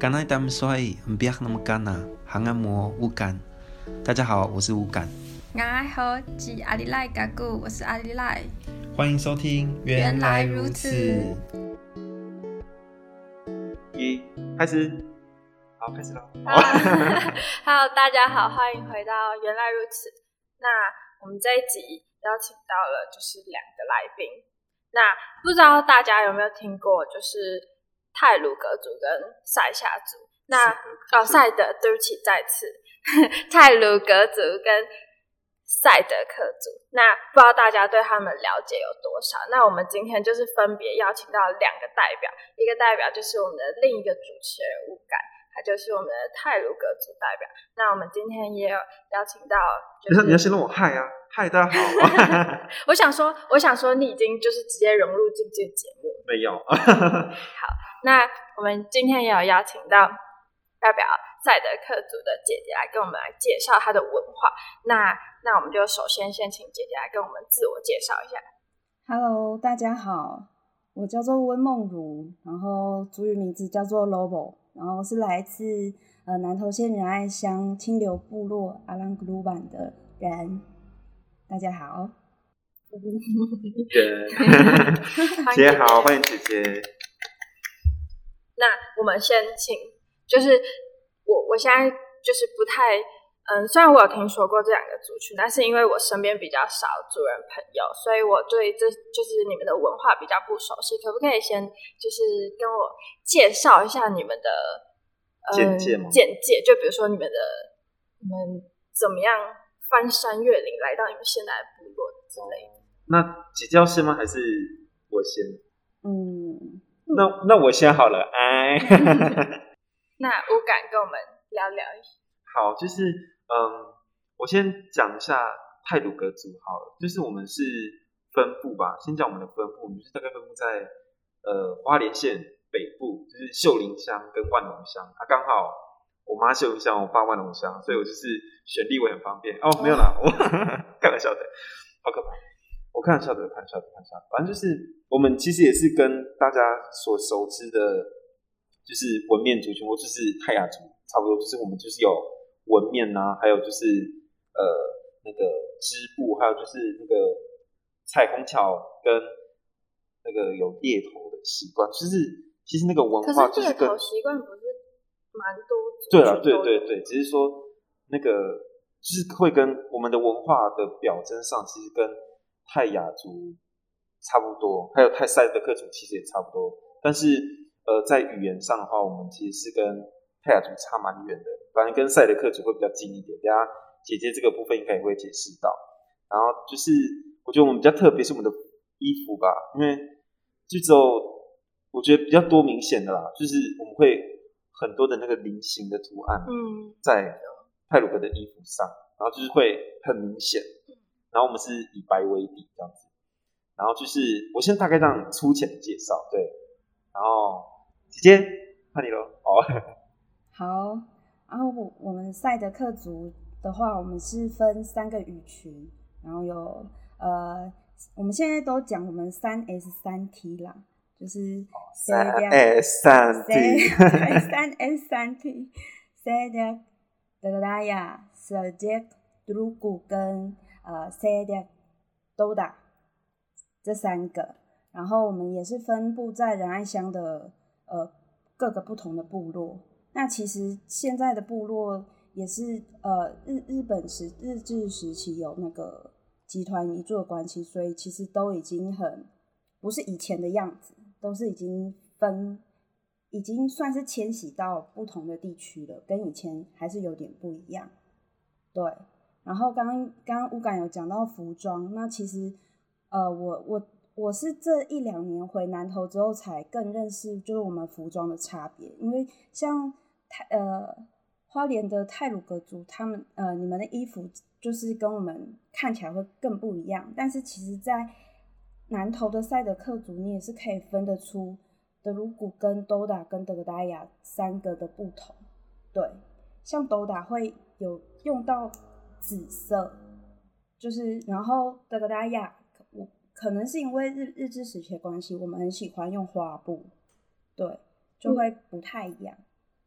刚才他们说不要那么干呐，行按摩乌干。大家好，我是乌干。 大家好，是阿里赖嘎古，我是阿里赖。 欢迎收听原来如此。 开始。好，开始了。 Hello， 大家好，欢迎回到原来如此。那我们这一集邀请到了就是2个来宾。那不知道大家有没有听过，就是太鲁阁族跟塞夏族。那塞德，对不起，再次太鲁阁族跟赛德克族。那不知道大家对他们了解有多少？那我们今天就是分别邀请到2个代表，一个代表就是我们的另一个主持人乌干，他就是我们的太鲁阁族代表。那我们今天也有邀请到， 你要先让我嗨啊，嗨大家好。 我想说你已经就是直接融入进这个节目。 没有。 好，那我们今天也有邀请到代表赛德克族的姐姐来跟我们来介绍她的文化。那我们就首先先请姐姐来跟我们自我介绍一下。 Hello， 大家好，我叫做温梦如，然后族语名字叫做 Lobo， 然后是来自南投县仁爱乡清流部落阿朗格鲁版的人。大家好。 姐姐好，欢迎姐姐。 那我们先请，就是我现在就是不太虽然我有听说过这2个族群，但是因为我身边比较少族人朋友，所以我对这就是你们的文化比较不熟悉。可不可以先就是跟我介绍一下你们的简介吗？ 简介，就比如说你们怎么样翻山越岭来到你们现在的部落之类的。 那姐姐要先吗？还是我先？那我先好了。 那我敢跟我们聊聊一下。 好，就是我先讲一下太鲁阁族好了，就是我们是分布吧，先讲我们的分布，我们就是大概分布在花莲县北部，就是秀林乡跟万隆乡啊，刚好我妈秀林乡，我爸万隆乡，所以我就是选地位很方便。没有啦，我开玩笑的，好可怕。我开玩笑的，反正就是我们其实也是跟大家所熟知的，就是纹面族群或就是泰雅族差不多，就是我们就是有纹面啊，还有就是那个织布，还有就是那个彩虹桥跟那个有猎头的习惯，就是其实那个文化就是跟可是猎头习惯不是蛮多族对啦，对，只是说那个就是会跟我们的文化的表征上，其实跟泰雅族差不多，还有泰赛德克族其实也差不多，但是在语言上的话，我们其实是跟泰雅族差蛮远的，反正跟赛德克族会比较近一点。等一下姐姐这个部分应该也会解释到。然后就是我觉得我们比较特别是我们的衣服吧，因为就只有我觉得比较多明显的啦，就是我们会很多的那个菱形的图案，在太鲁阁的衣服上，然后就是会很明显。然后我们是以白为底这样子，然后就是我先大概这样粗浅的介绍，对，然后姐姐换你咯。 好，然后我们赛德克族的话，我们是分3个语群，然后有我们现在都讲我们3S 3T 啦，就是 3S 3T， 塞德、德格达亚、舍杰、杜鲁古跟塞德、多达这3个，然后我们也是分布在仁爱乡的各个不同的部落。那其实现在的部落也是日治时期有那个集团移住的关系，所以其实都已经不是以前的样子，都是已经算是迁徙到不同的地区了，跟以前还是有点不一样。对，然后刚刚乌感有讲到服装，那其实我是这1-2年回南投之后才更认识就是我们服装的差别，因为像花莲的太鲁阁族，他们你们的衣服就是跟我们看起来会更不一样，但是其实在南投的赛德克族，你也是可以分得出德鲁古跟多达跟德格达亚3个的不同。对，像多达会有用到紫色，就是然后德格达亚可能是因为日治时期的关系，我们很喜欢用花布，对，就会不太一样。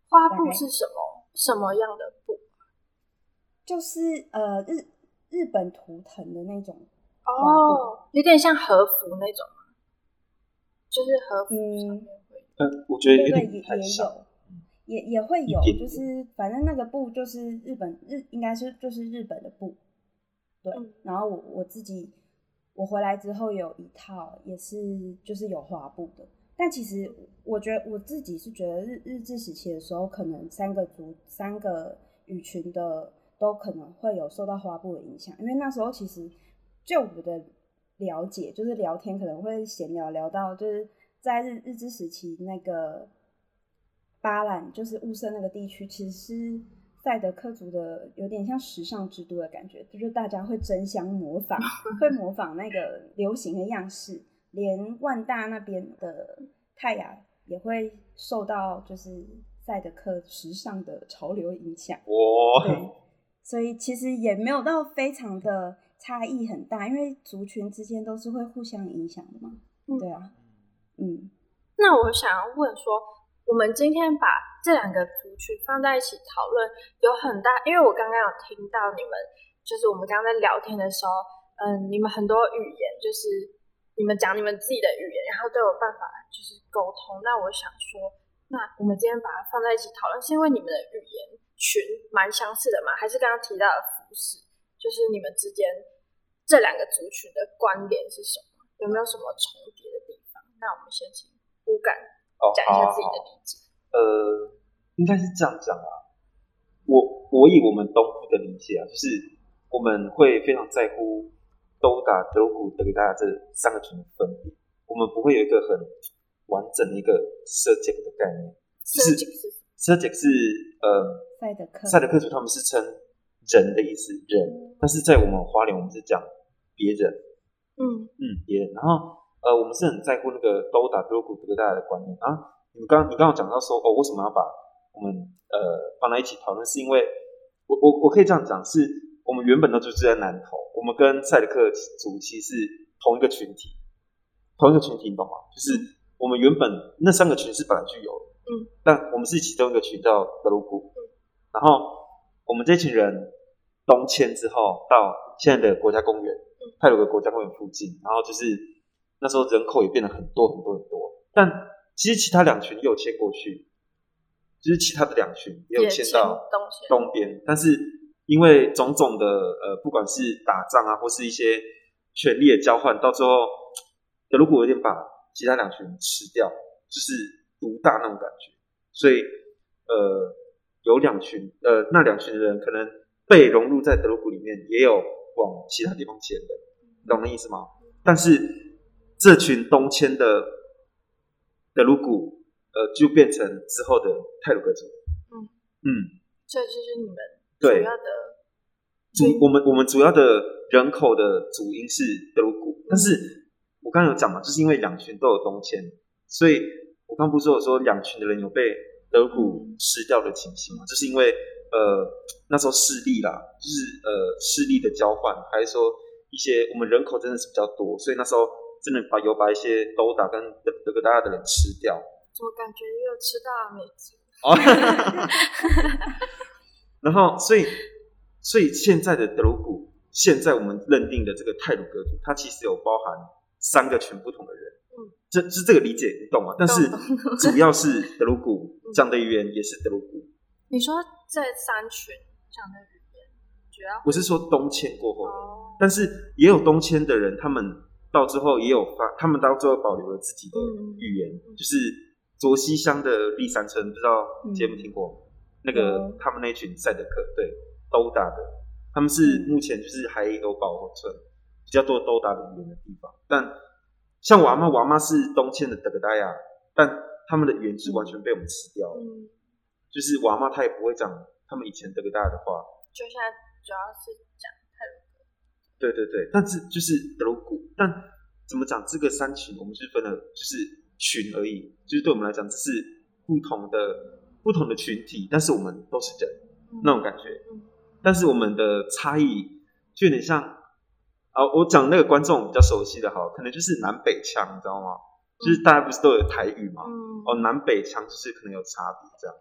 花布是什么样的布？ 就是日本图腾的那种花布， 有点像和服那种吗？就是和服上面会我觉得有对点太像， 也会有， 一点点就是反正那个布就是应该是就是日本的布，对。然后我回来之后有一套也是就是有花布的，但其实我自己是觉得日治时期的时候，可能三个语群的都可能会有受到花布的影响，因为那时候其实就我的了解，就是聊天可能会闲聊到，就是在日治时期那个巴兰就是雾社那个地区，其实是赛德克族的有点像时尚之都的感觉，就是大家会争相模仿，会模仿那个流行的样式，连万大那边的泰雅也会受到就是赛德克时尚的潮流影响。对，所以其实也没有到非常的差异很大，因为族群之间都是会互相影响的嘛。对啊， 那我想要问说，我们今天把这两个族群放在一起讨论，有很大，因为我刚刚有听到你们，就是我们刚刚在聊天的时候，你们很多语言，就是你们讲你们自己的语言，然后都有办法就是沟通。那我想说，那我们今天把它放在一起讨论，是因为你们的语言群蛮相似的吗？还是刚刚提到的服饰，就是你们之间这两个族群的关联是什么？有没有什么重叠的地方？那我们先请乌感讲一下自己的理解。 应该是这样讲啊。我以我们东部的理解啊，就是我们会非常在乎都达、德鲁古、德格达这三个群的分别，我们不会有一个很完整的一个Sergic的概念。Sergic是赛德克族他们是称人的意思，人，但是在我们花莲我们是讲别人，别人。然后我们是很在乎那个都达、德鲁古、德格达的观念啊。你刚刚讲到说为什么要把我们放在一起讨论，是因为我可以这样讲，是我们原本都就住在南投，我们跟赛德克族其实是同一个群体，你懂吗？就是我们原本那三个群是本来就有的，但我们是其中一个群叫德鲁古，然后我们这群人东迁之后到现在的国家公园，泰鲁格国家公园附近，然后就是那时候人口也变得很多，但其实其他两群也有迁过去，就是其他的两群也有迁到东边，但是因为种种的不管是打仗啊，或是一些权力的交换，到最后德鲁古有点把其他两群吃掉，就是独大那种感觉，所以有两群那两群的人可能被融入在德鲁古里面，也有往其他地方迁的，你懂那意思吗？但是这群东迁的德鲁古就变成之后的太鲁阁族。 所以就是你们主要的我们主要的人口的主因是德鲁古，但是我刚刚有讲嘛，就是因为两群都有东迁，所以我刚不是有说两群的人有被德鲁古吃掉的情形嘛，就是因为那时候势力啦，就是势力的交换，还是说一些我们人口真的是比较多，所以那时候真的把一些都达跟德格达的人吃掉。 怎么感觉又吃到了美籍？ 然后所以现在的德鲁古，现在我们认定的这个太鲁阁族，它其实有包含三个群不同的人，这个理解你懂吗？但是主要是德鲁古讲的语言也是德鲁古。 你说这三群讲的语言主要我是说东迁过后的，但是也有东迁的人，他们到最后他们到最后保留了自己的语言，就是卓溪乡的立山村，不知道节目听过？那个他们那群赛德克，对，都达的，他们是目前就是还有保存比较多都达的语言的地方。但像我阿嬷是东迁的德格达亚，但他们的语言是完全被我们吃掉了。就是我阿嬷她也不会讲他们以前德格达亚的话， 就现在主要是讲太鲁阁。 对，但是就是德鲁古，但怎么讲？这个三群我们是分了，就是群而已，就是对我们来讲，这是不同的群体，但是我们都是人，那种感觉。但是我们的差异就有点像我讲那个观众比较熟悉的可能就是南北腔，你知道吗？就是大家不是都有台语吗？南北腔就是可能有差别这样。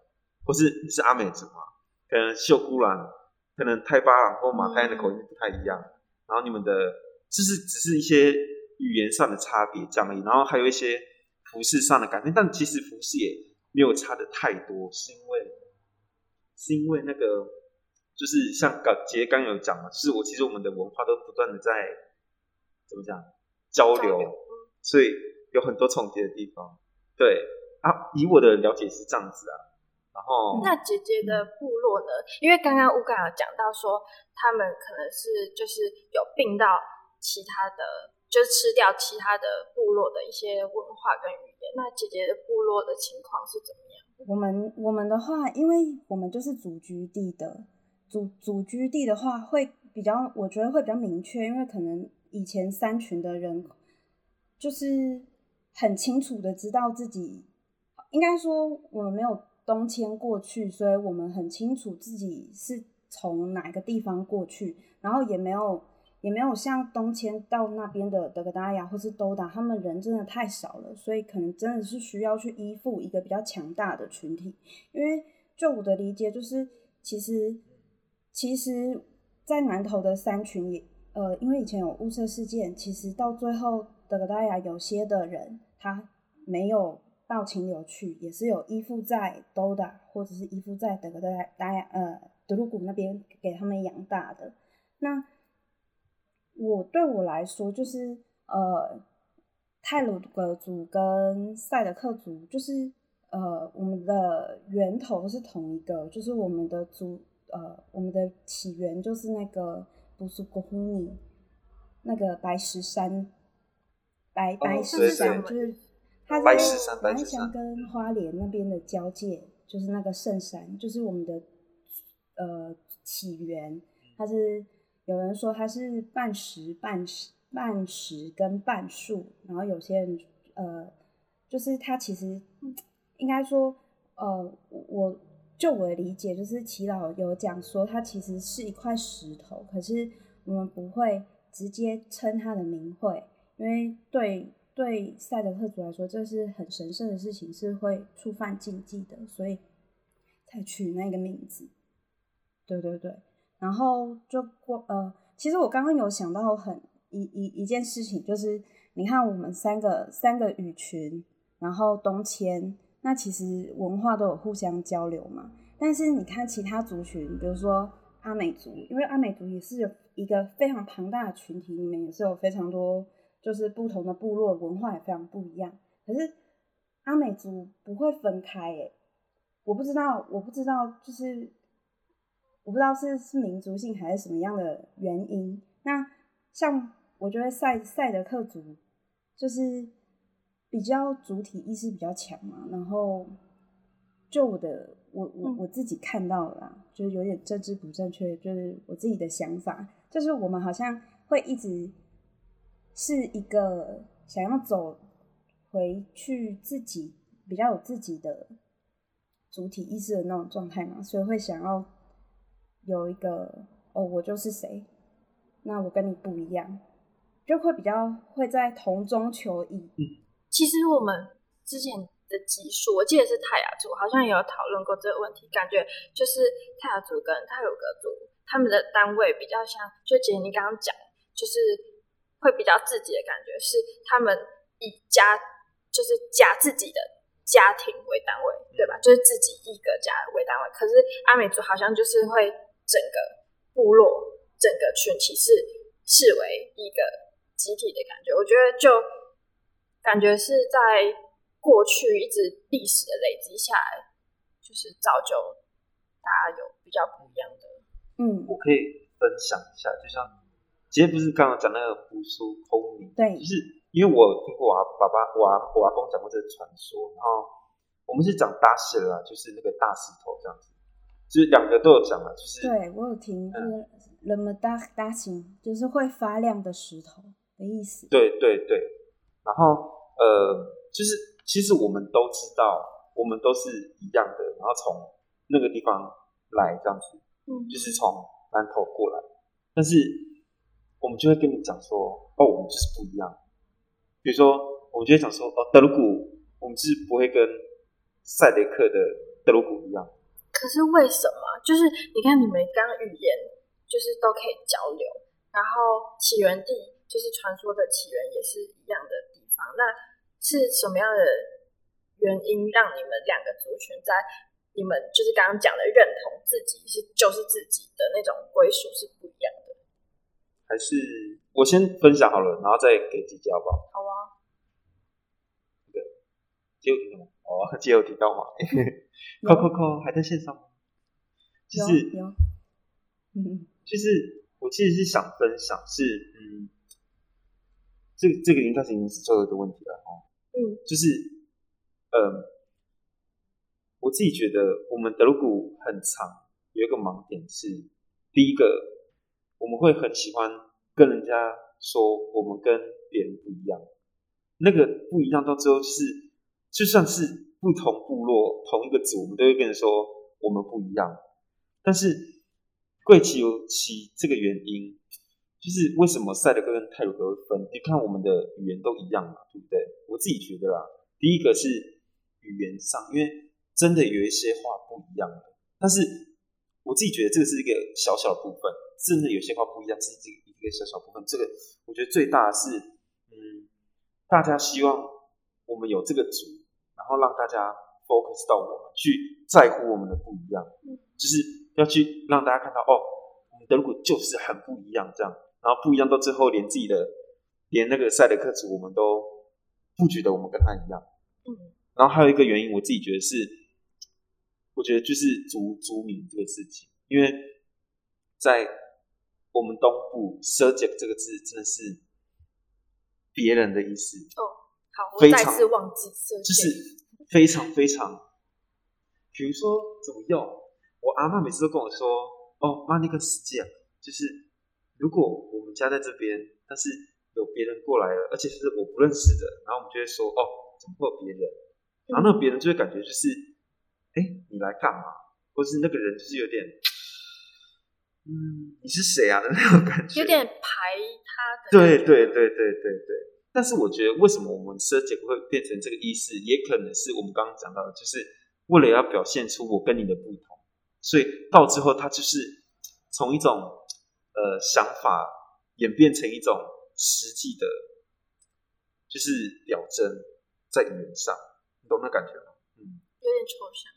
或是阿美族嘛，可能秀姑兰，可能泰巴朗或马泰安的口音不太一样，然后你们的就是只是一些语言上的差别这样而已，然后还有一些服饰上的改变，但其实服饰也没有差的太多，是因为那个就是像杰刚有讲嘛，就是其实我们的文化都不断的在怎么讲交流，所以有很多重叠的地方。对啊，以我的了解是这样子啊。然后那姐姐的部落呢？因为刚刚乌干有讲到说，他们可能是就是有并到其他的，就是吃掉其他的部落的一些文化跟语言。那姐姐的部落的情况是怎么样？ 我们的话，因为我们就是祖居地的，祖居地的话会比较，我觉得会比较明确，因为可能以前山群的人就是很清楚的知道自己，应该说我们没有东迁过去，所以我们很清楚自己是从哪个地方过去，然后也没有像东迁到那边的德格达亚或是都达，他们人真的太少了，所以可能真的是需要去依附一个比较强大的群体。因为就我的理解，就是其实在南投的山群也因为以前有雾社事件，其实到最后德格达亚有些的人他没有到清流去，也是有依附在都达或者是依附在德格达亚德鲁古那边给他们养大的。那对我来说，就是太鲁阁族跟赛德克族，就是我们的源头是同一个，就是我们的起源就是那个布苏古呼尼那个白石山，白石山就是它在马来西亚跟花莲那边的交界，就是那个圣山，就是我们的起源。它是有人说它是半石跟半树，然后有些人就是它其实应该说我的理解，就是耆老有讲说它其实是一块石头，可是我们不会直接称它的名讳，因为对赛德克族来说，这是很神圣的事情，是会触犯禁忌的，所以才取那个名字。对，然后其实我刚刚有想到一件事情，就是你看我们三个语群，然后东迁，那其实文化都有互相交流嘛。但是你看其他族群，比如说阿美族，因为阿美族也是有一个非常庞大的群体，里面也是有非常多就是不同的部落，文化也非常不一样。可是阿美族不会分开耶，我不知道，就是我不知道是民族性还是什么样的原因。那像我觉得赛德克族就是比较主体意识比较强嘛，然后就我自己看到了啦，就是有点政治不正确，就是我自己的想法，就是我们好像会一直是一个想要走回去自己比较有自己的主体意识的那种状态嘛，所以会想要有一个我就是谁，那我跟你不一样，就会比较会在同中求异。 其实我们之前的集数，我记得是泰雅族，好像也有讨论过这个问题，感觉就是泰雅族跟太鲁阁族他们的单位比较像，就姐你刚刚讲，就是会比较自己的感觉，是他们以就是自己的家庭为单位，对吧？就是自己一个家为单位。可是阿美族好像就是会整个部落、整个群体是视为一个集体的感觉。我觉得就感觉是在过去一直历史的累积下来，就是造就大家有比较不一样的。 我可以分享一下，就像今天不是刚刚讲那个扶苏空灵， 对， 就是因为我听过我阿公讲过这个传说，然后我们是讲大石啦，就是那个大石头这样子，就是两个都有讲了，就是对我有听，就是人们大型，就是会发亮的石头的意思。 对，然后就是其实我们都知道，我们都是一样的，然后从那个地方来这样子，就是从南投过来，但是我们就会跟你讲说，我们就是不一样。比如说，我们就会讲说，德鲁古，我们就是不会跟赛雷克的德鲁古一样， 可是为什么？就是你看你们刚语言就是都可以交流，然后起源地就是传说的起源也是一样的地方，那是什么样的原因让你们两个族群在你们就是刚刚讲的认同自己就是自己的那种归属是不一样的？ 还是我先分享好了，然后再给姐姐好不好？ 好啊。 对，姐有提到吗？哦，姐有提到吗？扣还在线上吗？就是有， 就是我其实是想分享是，这个应该是已经是最后一个问题了哦。就是我自己觉得我们德鲁古很长，有一个盲点是，第一个我们会很喜欢跟人家说我们跟别人不一样，那个不一样到最后就是就算是不同部落同一个族，我们都会跟人说我们不一样。但是贵崎有其这个原因，就是为什么赛德克跟太鲁阁会分？你看我们的语言都一样嘛，对不对？我自己觉得啦，第一个是语言上，因为真的有一些话不一样的，但是我自己觉得这个是一个小小的部分，真的有些话不一样是一个小小部分。这个我觉得最大的是，大家希望我们有这个族，然后让大家 focus 到我们，去在乎我们的不一样，就是要去让大家看到我们德鲁古就是很不一样这样，然后不一样到最后连那个赛德克族我们都不觉得我们跟他一样。然后还有一个原因，我自己觉得是，我觉得就是族名这个事情，因为在我们东部 Sergic 这个字真的是别人的意思。 好，我再次忘记 Sergic， 就是非常非常，比如说怎么用，我阿嬷每次都跟我说，妈那个世界，就是如果我们家在这边，但是有别人过来了，而且是我不认识的，然后我们就会说，怎么会有别人？然后那个别人就会感觉就是，你来干嘛？或是那个人就是有点，你是谁啊的那种感觉， 有点排他的。 对。但是我觉得为什么我们Sergic会变成这个意思，也可能是我们刚刚讲到的，就是为了要表现出我跟你的不同，所以到最后它就是从一种想法演变成一种实际的，就是表征在语言上，你懂那感觉吗？ 有点抽象，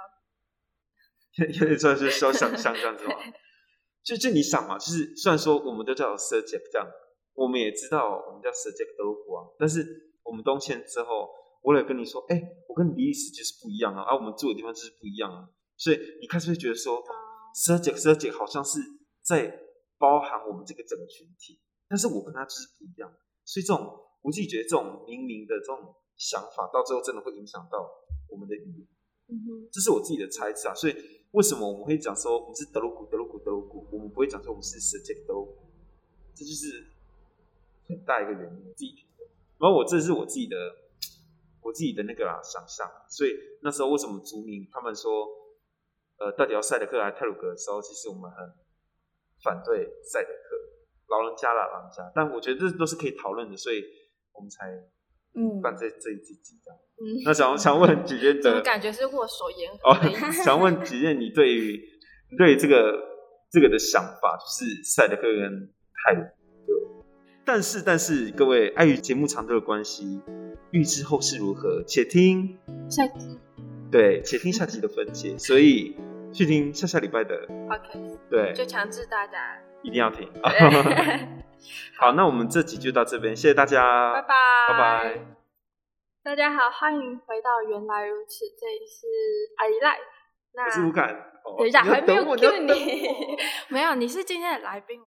有点就是需要想象这样子吗？就你想嘛，就是虽然说我们都叫 Sergic 这样，我们也知道我们叫 Sergic 德鲁古啊，但是我们东迁之后，我也跟你说，我跟你的意思就是不一样啊，我们住的地方就是不一样啊，所以你开始会觉得说，Sergic 好像是在包含我们这个整个群体，但是我跟他就是不一样，所以这种我自己觉得这种明明的这种想法，到最后真的会影响到我们的语言。这是我自己的猜测啊，所以为什么我们会讲说我们是德鲁古，我们不会讲说我们是Sergic德鲁古，这就是很大一个原因，我自己觉得。然后这是我自己的那个想象，所以那时候为什么族民他们说到底要赛德克还是太鲁阁的时候，其实我们很反对赛德克，老人家，但我觉得这都是可以讨论的，所以我们才办这一集这样。那想问姐姐的， 怎么感觉是握手言和的意思？ 想问姐姐你对于这个的想法，就是赛德克跟太鲁阁。但是各位，碍于节目长度的关系，预知后事如何，且听下集。 对，且听下集的分解，所以去听下礼拜的 podcast。 对， 就强制大家一定要听。好，那我们这集就到这边，谢谢大家， 拜拜。大家好，欢迎回到原来如此，这里是阿姨赖。 我是吴凯。 等一下，还没有 cue 你，没有，你是今天的来宾。